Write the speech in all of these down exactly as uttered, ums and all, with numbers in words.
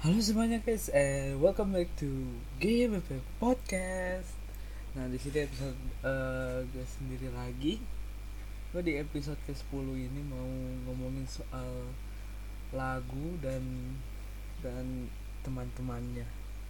Halo semuanya guys, and welcome back to Game F F Podcast. Nah di sini episode uh, gue sendiri lagi. Gue di episode ke sepuluh ini mau ngomongin soal lagu dan dan teman-temannya.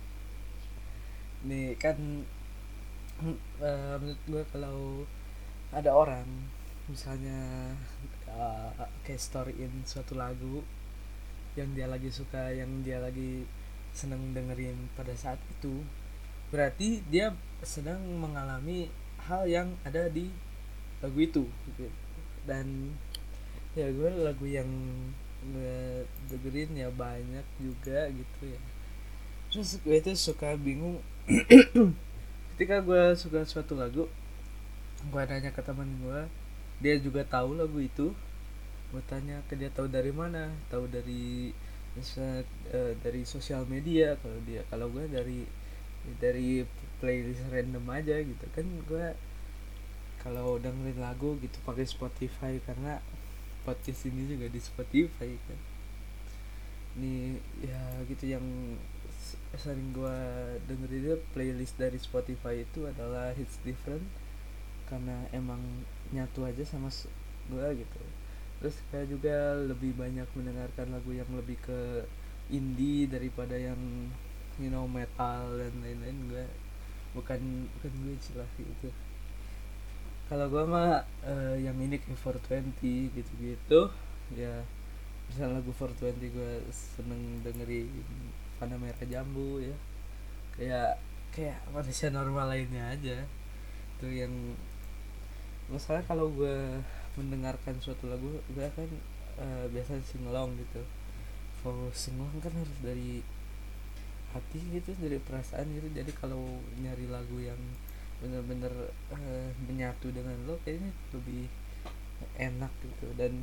Nih kan uh, menurut gue kalau ada orang misalnya uh, kayak storyin suatu lagu yang dia lagi suka, yang dia lagi seneng dengerin pada saat itu, berarti dia sedang mengalami hal yang ada di lagu itu gitu. Dan ya gue lagu yang dengerin ya banyak juga gitu ya. Terus gue itu suka bingung ketika gue suka suatu lagu, gue nanya ke teman gue, dia juga tahu lagu itu. Gue tanya ke dia tahu dari mana, tahu dari misalnya uh, dari sosial media. Kalau dia, kalau gue dari dari playlist random aja gitu kan. Gue kalau dengerin lagu gitu pakai Spotify, karena podcast ini juga di Spotify kan. Ini ya gitu yang sering gue dengerin itu playlist dari Spotify itu adalah Hits Different, karena emang nyatu aja sama gue gitu. Terus kayak juga lebih banyak mendengarkan lagu yang lebih ke indie daripada yang you know metal dan lain-lain. Gue bukan bukan gue lah gitu. Kalau gue mah uh, yang ini kayak four twenty gitu-gitu ya. Misalnya lagu four twenty gue seneng dengerin Fana Merah Jambu ya, kayak kayak manusia normal lainnya aja. Itu yang masalah. Kalau gue mendengarkan suatu lagu, gue kan uh, biasa singelong gitu. Kalau singelong kan harus dari hati gitu, dari perasaan gitu. Jadi kalau nyari lagu yang bener-bener uh, menyatu dengan lo, kayaknya lebih enak gitu. Dan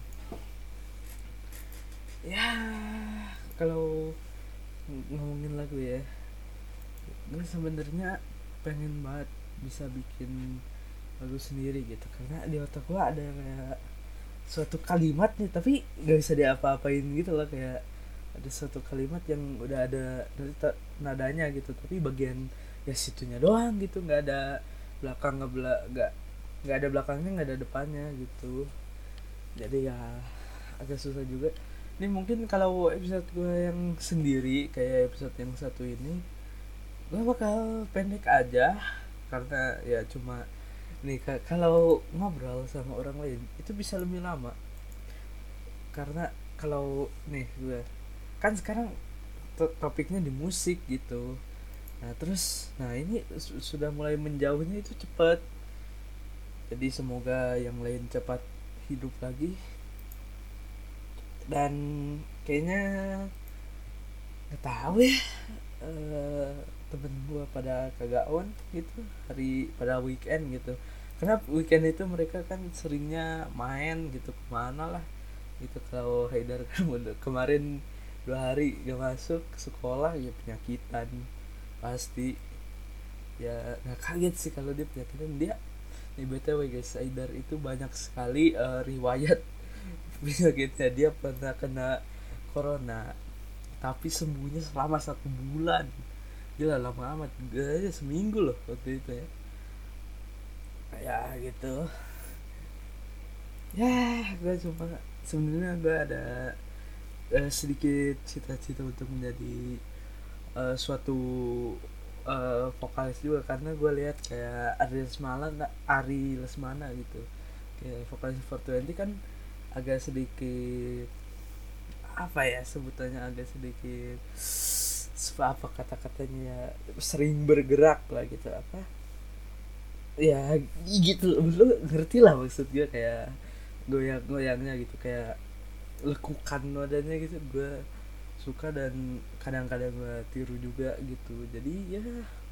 ya kalau ngomongin lagu ya, gue sebenarnya pengen banget bisa bikin lagu sendiri gitu, karena di otak gue ada kayak suatu kalimat nih tapi gak bisa diapa-apain gitu loh. Kayak ada suatu kalimat yang udah ada nadanya gitu, tapi bagian ya situnya doang gitu, nggak ada belakang, nggak nggak nggak ada belakangnya, nggak ada depannya gitu. Jadi ya agak susah juga. Ini mungkin kalau episode gue yang sendiri kayak episode yang satu ini, gue bakal pendek aja, karena ya cuma nih kalau ngobrol sama orang lain itu bisa lebih lama. Karena kalau nih gue kan sekarang topiknya di musik gitu. Nah terus, nah ini sudah mulai menjauhnya itu cepat. Jadi semoga yang lain cepat hidup lagi. Dan kayaknya nggak tahu ya, uh, temen gue pada kagak on gitu hari pada weekend gitu. Karena weekend itu mereka kan seringnya main gitu kemana lah gitu. Kalau Haidar kan kemarin dua hari gak masuk sekolah ya, penyakitan pasti ya. Nggak kaget sih kalau dia penyakitan. Dia nih btw guys, Haidar itu banyak sekali uh, riwayat penyakitnya. Dia pernah kena corona tapi sembuhnya selama satu bulan. Gila lama amat, gak aja seminggu loh waktu itu ya. Ya gitu ya. Gue cuma sebenarnya gue ada uh, sedikit cita-cita untuk menjadi uh, suatu uh, vokalis juga, karena gue lihat kayak Ari Lesmana, Ari Lesmana gitu, kayak vokalis four twenty kan agak sedikit apa ya sebutannya, agak sedikit apa kata-katanya ya, sering bergerak lah gitu, apa ya gitu. Lu ngerti lah maksud gue, kayak goyang-goyangnya gitu, kayak lekukan nadanya gitu. Gue suka dan kadang-kadang gue tiru juga gitu. Jadi ya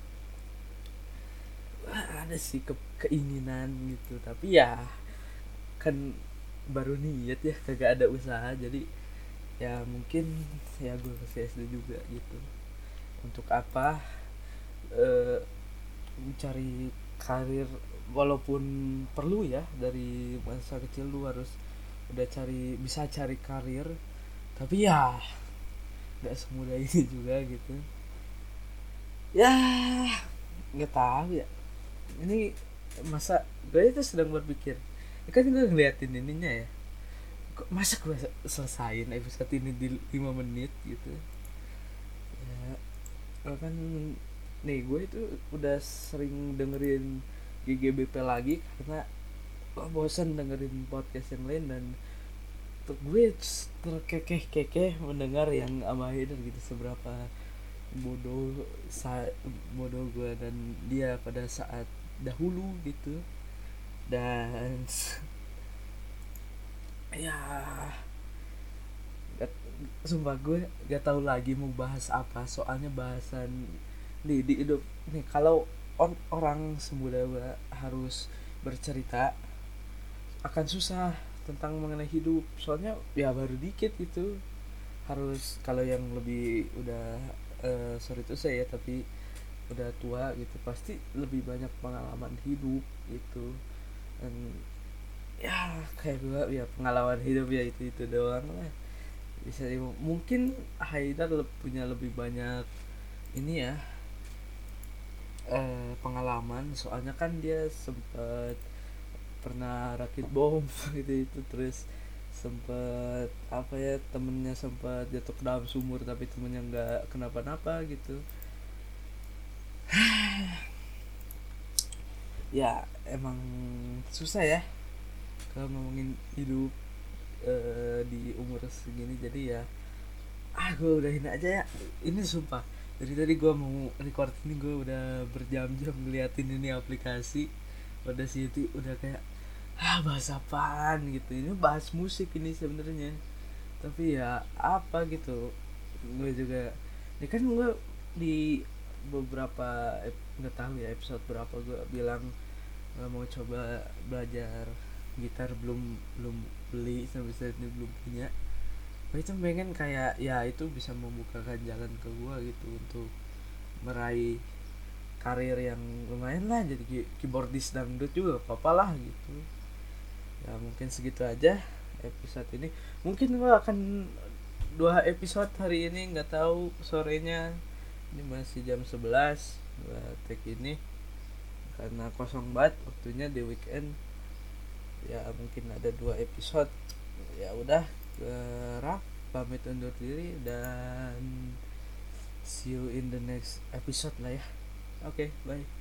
ada sih ke keinginan gitu, tapi ya kan baru niat ya, kagak ada usaha. Jadi ya mungkin ya gue masih S D juga gitu. Untuk apa e, mencari karir, walaupun perlu ya dari masa kecil lu harus udah cari, bisa cari karir. Tapi ya nggak semudah ini juga gitu ya. Nggak tahu ya, ini masa gue itu sedang berpikir ya kan gue ngeliatin ininya ya, kok masa gue selesain episode ini di lima menit gitu ya. Kan nih gue itu udah sering dengerin G G B P lagi karena gue bosan dengerin podcast yang lain, dan tuh gue terkekeh-kekeh mendengar yang sama Haidar gitu, seberapa bodoh sa bodoh gue dan dia pada saat dahulu gitu. Dan ya gak, sumpah gue gak tahu lagi mau bahas apa, soalnya bahasan di di hidup nih kalau on, orang semudah gue harus bercerita akan susah tentang mengenai hidup, soalnya ya baru dikit gitu. Harus kalau yang lebih udah uh, sorry itu saya ya, tapi udah tua gitu pasti lebih banyak pengalaman hidup gitu. Dan ya kayak gue ya pengalaman hidup ya itu itu doang lah bisa. Mungkin Haidar punya lebih banyak ini ya, eh, pengalaman, soalnya kan dia sempat pernah rakit bom gitu itu, terus sempat apa ya, temennya sempat jatuh ke dalam sumur tapi temennya nggak kenapa-napa gitu. Ya emang susah ya kalau ngomongin hidup uh, di umur segini, jadi ya ah gue udahin aja ya. Ini sumpah dari tadi gue mau record ini gue udah berjam-jam ngeliatin ini aplikasi pada situ, udah kayak ah bahas apaan gitu, ini bahas musik ini sebenarnya, tapi ya apa gitu. Gue juga ini kan gue di beberapa nggak tahu ya episode berapa gue bilang uh, mau coba belajar gitar, belum belum beli sampai saat ini belum punya. Gue itu pengen kayak ya itu bisa membukakan jalan ke gue gitu untuk meraih karir yang lumayan lah, jadi keyboardis dangdut juga apa-apa lah gitu. Ya mungkin segitu aja episode ini. Mungkin gue akan dua episode hari ini, nggak tahu sorenya, ini masih jam sebelas gue take ini karena kosong banget waktunya di weekend. Ya mungkin ada dua episode. Ya udah Raf pamit undur diri dan see you in the next episode lah ya. Oke, okay, bye.